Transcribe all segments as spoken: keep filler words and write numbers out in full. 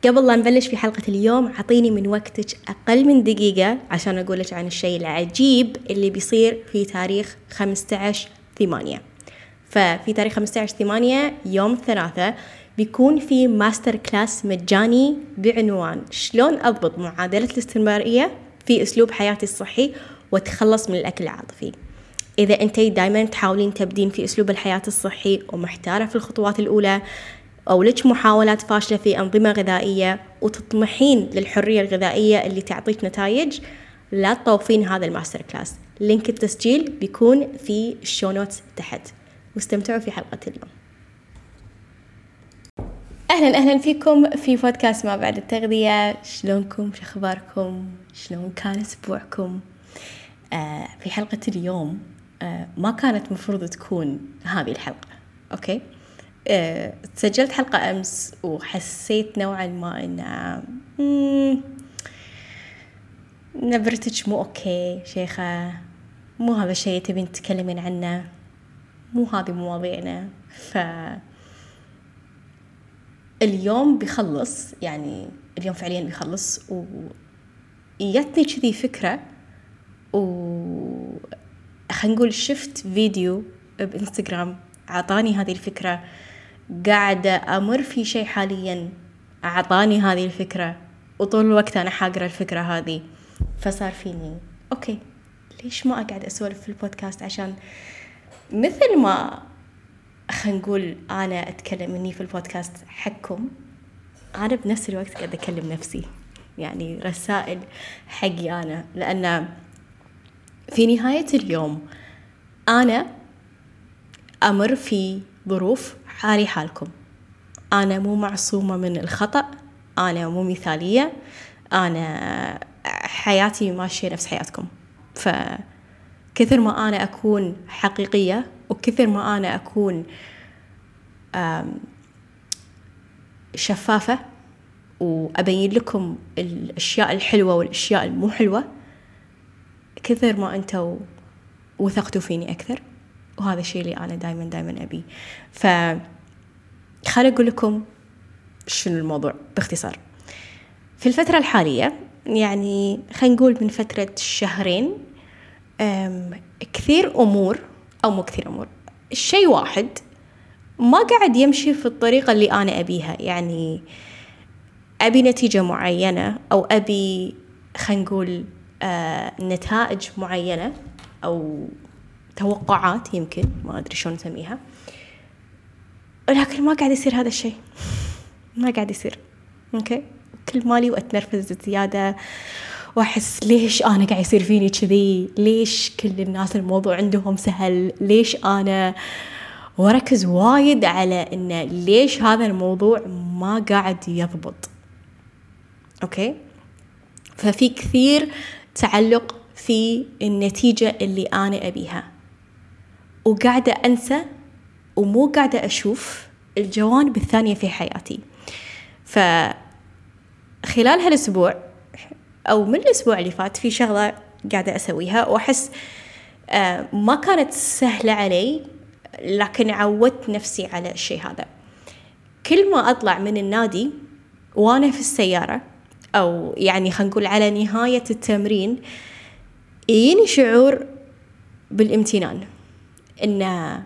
قبل لا نبلش في حلقة اليوم عطيني من وقتك أقل من دقيقة عشان أقول لك عن الشيء العجيب اللي بيصير في تاريخ خمسة عشر ثمانية. ففي تاريخ خمسة عشر ثمانية يوم الثلاثاء بيكون في ماستر كلاس مجاني بعنوان شلون أضبط معادلة الاستمرارية في أسلوب حياتي الصحي وتخلص من الأكل العاطفي. إذا أنتي دايما تحاولين تبدين في أسلوب الحياة الصحي ومحتارة في الخطوات الأولى، أو لك محاولات فاشلة في أنظمة غذائية وتطمحين للحرية الغذائية اللي تعطيك نتائج، لا تطوفين هذا الماستر كلاس. لينك التسجيل بيكون في الشو نوتس تحت. واستمتعوا في حلقة اليوم. أهلا أهلا فيكم في بودكاست ما بعد التغذية. شلونكم؟ شو أخباركم؟ شلون كان أسبوعكم؟ آه في حلقة اليوم آه ما كانت مفروض تكون هذه الحلقة، أوكي؟ أه، سجلت حلقة أمس وحسيت نوعا ما إن نبرتك مو أوكي شيخة، مو هذا الشيء تبين تتكلمين عنه، مو هذه مواضيعنا. فاليوم بيخلص، يعني اليوم فعليا بيخلص، ويتني كذي فكرة، و خلينا نقول شفت فيديو بإنستغرام عطاني هذه الفكرة. قاعدة أمر في شيء حاليا أعطاني هذه الفكرة، وطول الوقت أنا حاقرة الفكرة هذه. فصار فيني أوكي، ليش ما أقعد أسولف في البودكاست؟ عشان مثل ما خلينا نقول أنا أتكلم مني في البودكاست حقكم، أنا بنفس الوقت قاعدة أكلم نفسي، يعني رسائل حقي أنا. لأن في نهاية اليوم أنا أمر في ظروف حالي حالكم. أنا مو معصومة من الخطأ، أنا مو مثالية، أنا حياتي ماشية نفس حياتكم. فكثر ما أنا أكون حقيقية وكثر ما أنا أكون شفافة وأبين لكم الأشياء الحلوة والأشياء المو حلوة، كثر ما أنتوا وثقتوا فيني أكثر. وهذا الشيء اللي أنا دايما دايما أبي. فخلي أقول لكم شنو الموضوع باختصار. في الفترة الحالية، يعني خلينا نقول من فترة شهرين، كثير أمور أو مو كثير أمور، الشيء واحد ما قاعد يمشي في الطريقة اللي أنا أبيها. يعني أبي نتيجة معينة، أو أبي خلينا نقول آه نتائج معينة أو توقعات، يمكن ما أدري شلون نسميها، لكن ما قاعد يصير هذا الشيء. ما قاعد يصير. أوكي، كل مالي وأتنرفز زيادة وأحس ليش أنا قاعد يصير فيني كذي؟ ليش كل الناس الموضوع عندهم سهل؟ ليش أنا وركز وايد على إن ليش هذا الموضوع ما قاعد يضبط؟ أوكي، ففي كثير تعلق في النتيجة اللي أنا أبيها، وقاعدة أنسى ومو قاعدة أشوف الجوانب الثانية في حياتي. فخلال هالأسبوع أو من الأسبوع اللي فات في شغلة قاعدة أسويها، وأحس ما كانت سهلة علي، لكن عودت نفسي على الشيء هذا. كل ما أطلع من النادي وأنا في السيارة، أو يعني خلينا نقول على نهاية التمرين، يجيني شعور بالامتنان إن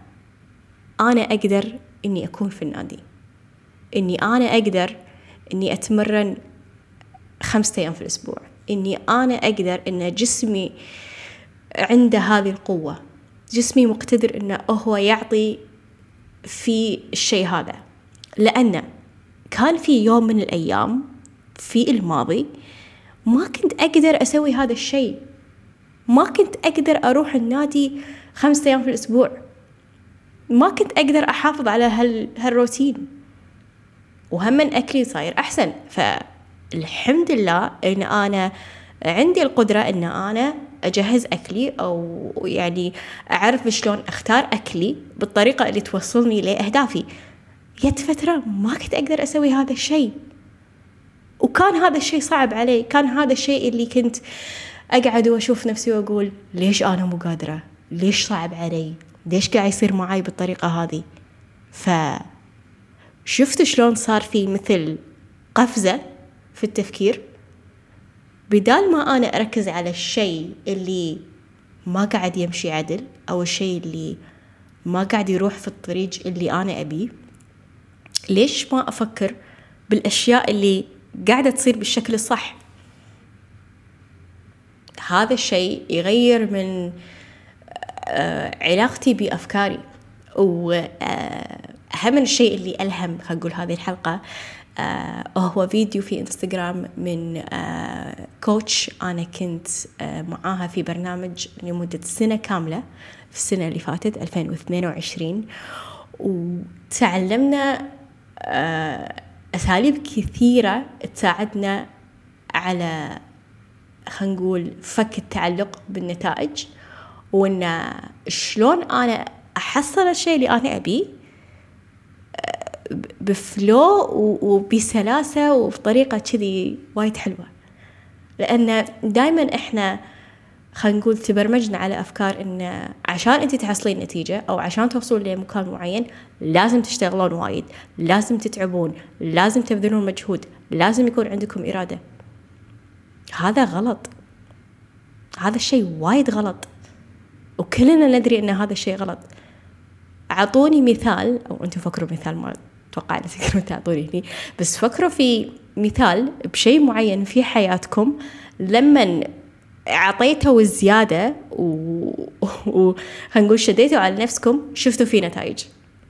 أنا أقدر إني أكون في النادي، إني أنا أقدر إني أتمرن خمسة أيام في الأسبوع، إني أنا أقدر إن جسمي عنده هذه القوة، جسمي مقتدر إنه هو يعطي في الشيء هذا. لأن كان في يوم من الأيام في الماضي ما كنت أقدر أسوي هذا الشيء، ما كنت أقدر أروح النادي خمسة أيام في الأسبوع، ما كنت أقدر أحافظ على هال هالروتين، وهم من أكلي صاير أحسن. فالحمد لله إن أنا عندي القدرة إن أنا أجهز أكلي، أو يعني أعرف شلون أختار أكلي بالطريقة اللي توصلني لأهدافي. جت فترة ما كنت أقدر أسوي هذا الشيء، وكان هذا الشيء صعب علي. كان هذا الشيء اللي كنت أقعد وأشوف نفسي وأقول ليش أنا مو قادرة؟ ليش صعب علي؟ ليش قاعد يصير معي بالطريقة هذه؟ فشفت شلون صار في مثل قفزة في التفكير، بدال ما أنا أركز على الشيء اللي ما قاعد يمشي عدل أو الشيء اللي ما قاعد يروح في الطريق اللي أنا أبيه، ليش ما أفكر بالأشياء اللي قاعدة تصير بالشكل الصح؟ هذا الشيء يغير من علاقتي بأفكاري. وأهم الشيء اللي ألهم خلينا نقول هذه الحلقة هو فيديو في إنستغرام من كوتش أنا كنت معاها في برنامج لمدة سنة كاملة في السنة اللي فاتت ألفين واثنين وعشرين، وتعلمنا أساليب كثيرة تساعدنا على خلينا نقول فك التعلق بالنتائج، وإن شلون أنا أحصل الشيء اللي أنا أبيه بفلو وبسلاسة وبطريقة كذي وايد حلوة. لأن دايما إحنا خلينا نقول تبرمجنا على أفكار إن عشان أنت تحصلين نتيجة أو عشان توصلون لمكان معين لازم تشتغلون وايد، لازم تتعبون، لازم تبذلون مجهود، لازم يكون عندكم إرادة. هذا غلط، هذا الشيء وايد غلط، وكلنا ندري إن هذا الشيء غلط. أعطوني مثال، أو أنتم فكروا مثال، ما أتوقع أن تقدرون تعطوني هني، بس فكروا في مثال بشيء معين في حياتكم لمن أعطيته الزيادة وهنقول شديتوا على نفسكم شفتوا فيه نتائج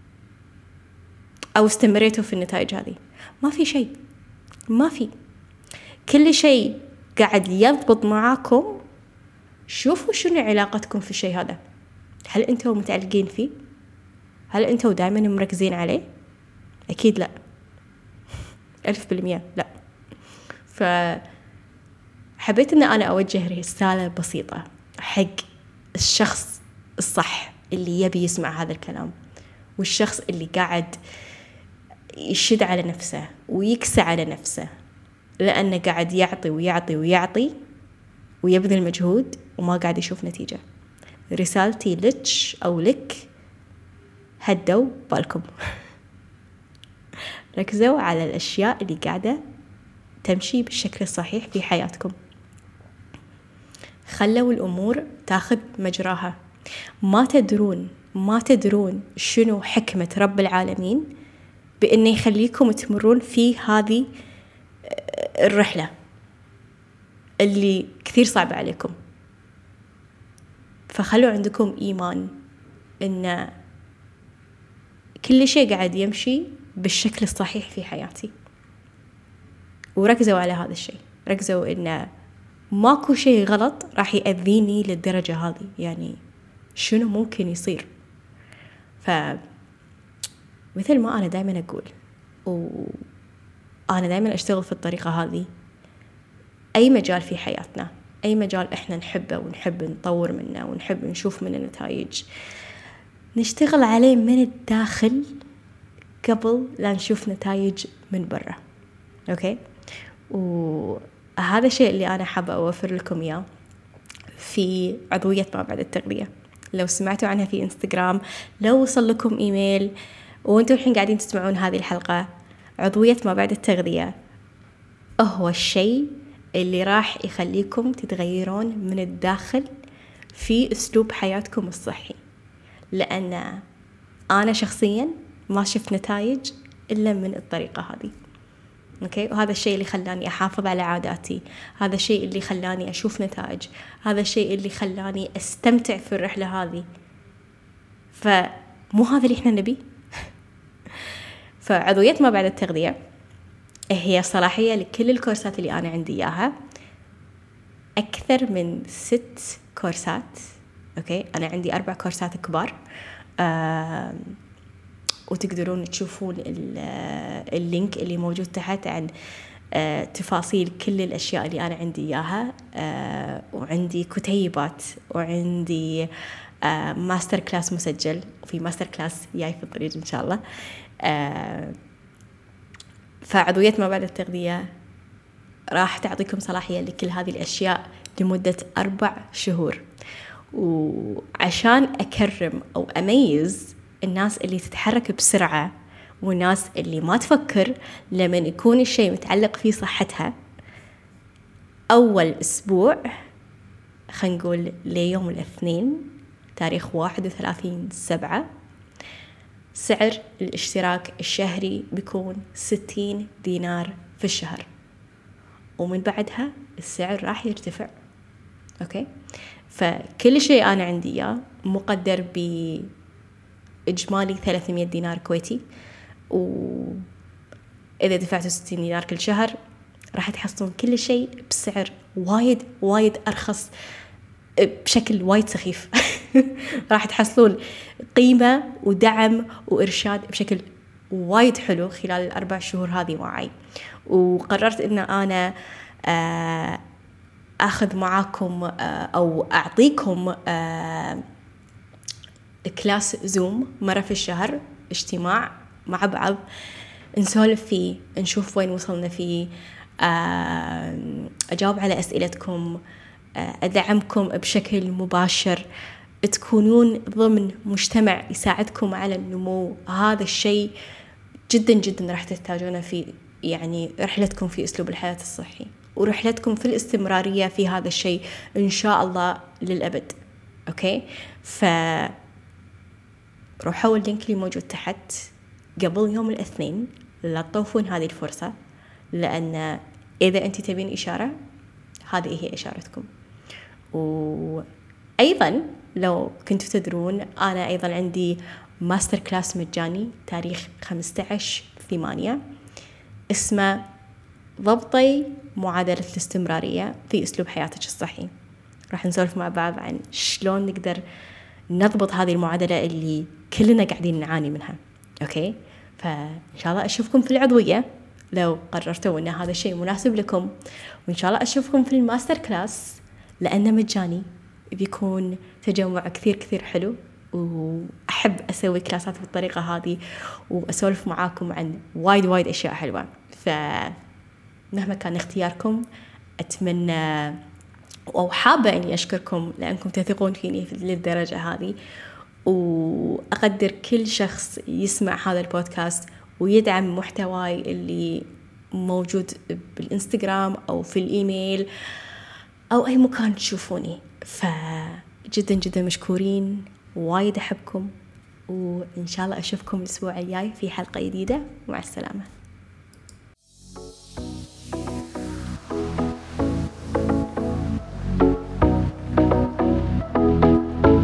أو استمريتوا في النتائج هذه. ما في شيء، ما في، كل شيء قاعد يضبط معاكم. شوفوا شنو علاقتكم في الشيء هذا، هل أنتوا متعلقين فيه؟ هل أنتوا دائما مركزين عليه؟ أكيد لا، ألف بالمية لا. فحبيت أن أنا أوجه رسالة بسيطة حق الشخص الصح اللي يبي يسمع هذا الكلام، والشخص اللي قاعد يشد على نفسه ويكسى على نفسه لأنه قاعد يعطي ويعطي ويعطي ويبذل مجهود وما قاعد يشوف نتيجة. رسالتي لك أو لك، هدوا بالكم ركزوا على الأشياء اللي قاعدة تمشي بالشكل الصحيح في حياتكم، خلوا الأمور تاخذ مجراها. ما تدرون ما تدرون شنو حكمة رب العالمين بأنه يخليكم تمرون في هذه الرحلة اللي كثير صعبة عليكم. فخلوا عندكم إيمان إن كل شيء قاعد يمشي بالشكل الصحيح في حياتي، وركزوا على هذا الشيء، ركزوا إن ماكو شيء غلط راح يأذيني للدرجة هذه، يعني شنو ممكن يصير. فمثل ما أنا دائما أقول، وأنا دائما أشتغل في الطريقة هذه، أي مجال في حياتنا، أي مجال إحنا نحبه ونحب نطور منه ونحب نشوف منه نتائج، نشتغل عليه من الداخل قبل لا نشوف نتائج من برا. أوكي، وهذا الشيء اللي أنا حابة أوفر لكم إياه في عضوية ما بعد التغذية. لو سمعتوا عنها في إنستغرام، لو وصل لكم إيميل وأنتوا الحين قاعدين تسمعون هذه الحلقة، عضوية ما بعد التغذية هو الشيء اللي راح يخليكم تتغيرون من الداخل في أسلوب حياتكم الصحي. لأن أنا شخصيا ما شفت نتائج إلا من الطريقة هذه. أوكي، وهذا الشيء اللي خلاني أحافظ على عاداتي، هذا الشيء اللي خلاني أشوف نتائج، هذا الشيء اللي خلاني أستمتع في الرحلة هذه. فمو هذا اللي إحنا نبي؟ فعضوية ما بعد التغذية هي صلاحية لكل الكورسات اللي أنا عندي إياها، أكثر من ست كورسات. أوكي، أنا عندي أربع كورسات كبار، آه وتقدرون تشوفون اللينك اللي موجود تحت عن آه تفاصيل كل الأشياء اللي أنا عندي إياها. آه وعندي كتيبات، وعندي آه ماستر كلاس مسجل، وفي ماستر كلاس جاي في الطريق إن شاء الله. آه فعضوية ما بعد التغذية راح تعطيكم صلاحية لكل هذه الأشياء لمدة أربع شهور. وعشان أكرم أو أميز الناس اللي تتحرك بسرعة والناس اللي ما تفكر لما يكون الشيء متعلق في صحتها. أول أسبوع خلينا نقول ليوم الاثنين تاريخ واحد وثلاثين سبعة سعر الاشتراك الشهري بيكون ستين دينار في الشهر، ومن بعدها السعر راح يرتفع. أوكي، فكل شيء أنا عندي إياه مقدر بإجمالي ثلاثمية دينار كويتي، وإذا دفعتوا ستين دينار كل شهر راح تحصلون كل شيء بسعر وايد وايد أرخص بشكل وايد سخيف. راح تحصلون قيمة ودعم وإرشاد بشكل وايد حلو خلال الأربع شهور هذه معي. وقررت إن أنا أخذ معاكم أو أعطيكم كلاس زوم مرة في الشهر، اجتماع مع بعض نسولف فيه، نشوف وين وصلنا فيه، أجاوب على أسئلتكم، أدعمكم بشكل مباشر، تكونون ضمن مجتمع يساعدكم على النمو. هذا الشيء جدا جدا راح تحتاجونه في يعني رحلتكم في أسلوب الحياة الصحي، ورحلتكم في الاستمرارية في هذا الشيء إن شاء الله للأبد. أوكي، ف روحوا اللينك اللي موجود تحت قبل يوم الاثنين، لا تطوفون هذه الفرصة، لأن إذا أنت تبين إشارة هذه هي إشارتكم. وأيضا لو كنتوا تدرون أنا أيضا عندي ماستر كلاس مجاني تاريخ خمسة عشر ثمانية اسمه ضبطي معادلة الاستمرارية في أسلوب حياتك الصحي. راح نسولف مع بعض عن شلون نقدر نضبط هذه المعادلة اللي كلنا قاعدين نعاني منها. أوكي، فإن شاء الله أشوفكم في العضوية لو قررتوا أن هذا الشيء مناسب لكم، وإن شاء الله أشوفكم في الماستر كلاس لأنه مجاني، بيكون تجمع كثير كثير حلو، وأحب أسوي كلاسات بالطريقة هذه وأسولف معاكم عن وايد وايد أشياء حلوة. فمهما كان اختياركم أتمنى أو حابة أني أشكركم لأنكم تثقون فيني للدرجة هذه، وأقدر كل شخص يسمع هذا البودكاست ويدعم محتواي اللي موجود بالإنستغرام أو في الإيميل أو أي مكان تشوفوني. فجدا جدا مشكورين، وايد أحبكم، وإن شاء الله أشوفكم الأسبوع الجاي في حلقة جديدة. مع السلامة.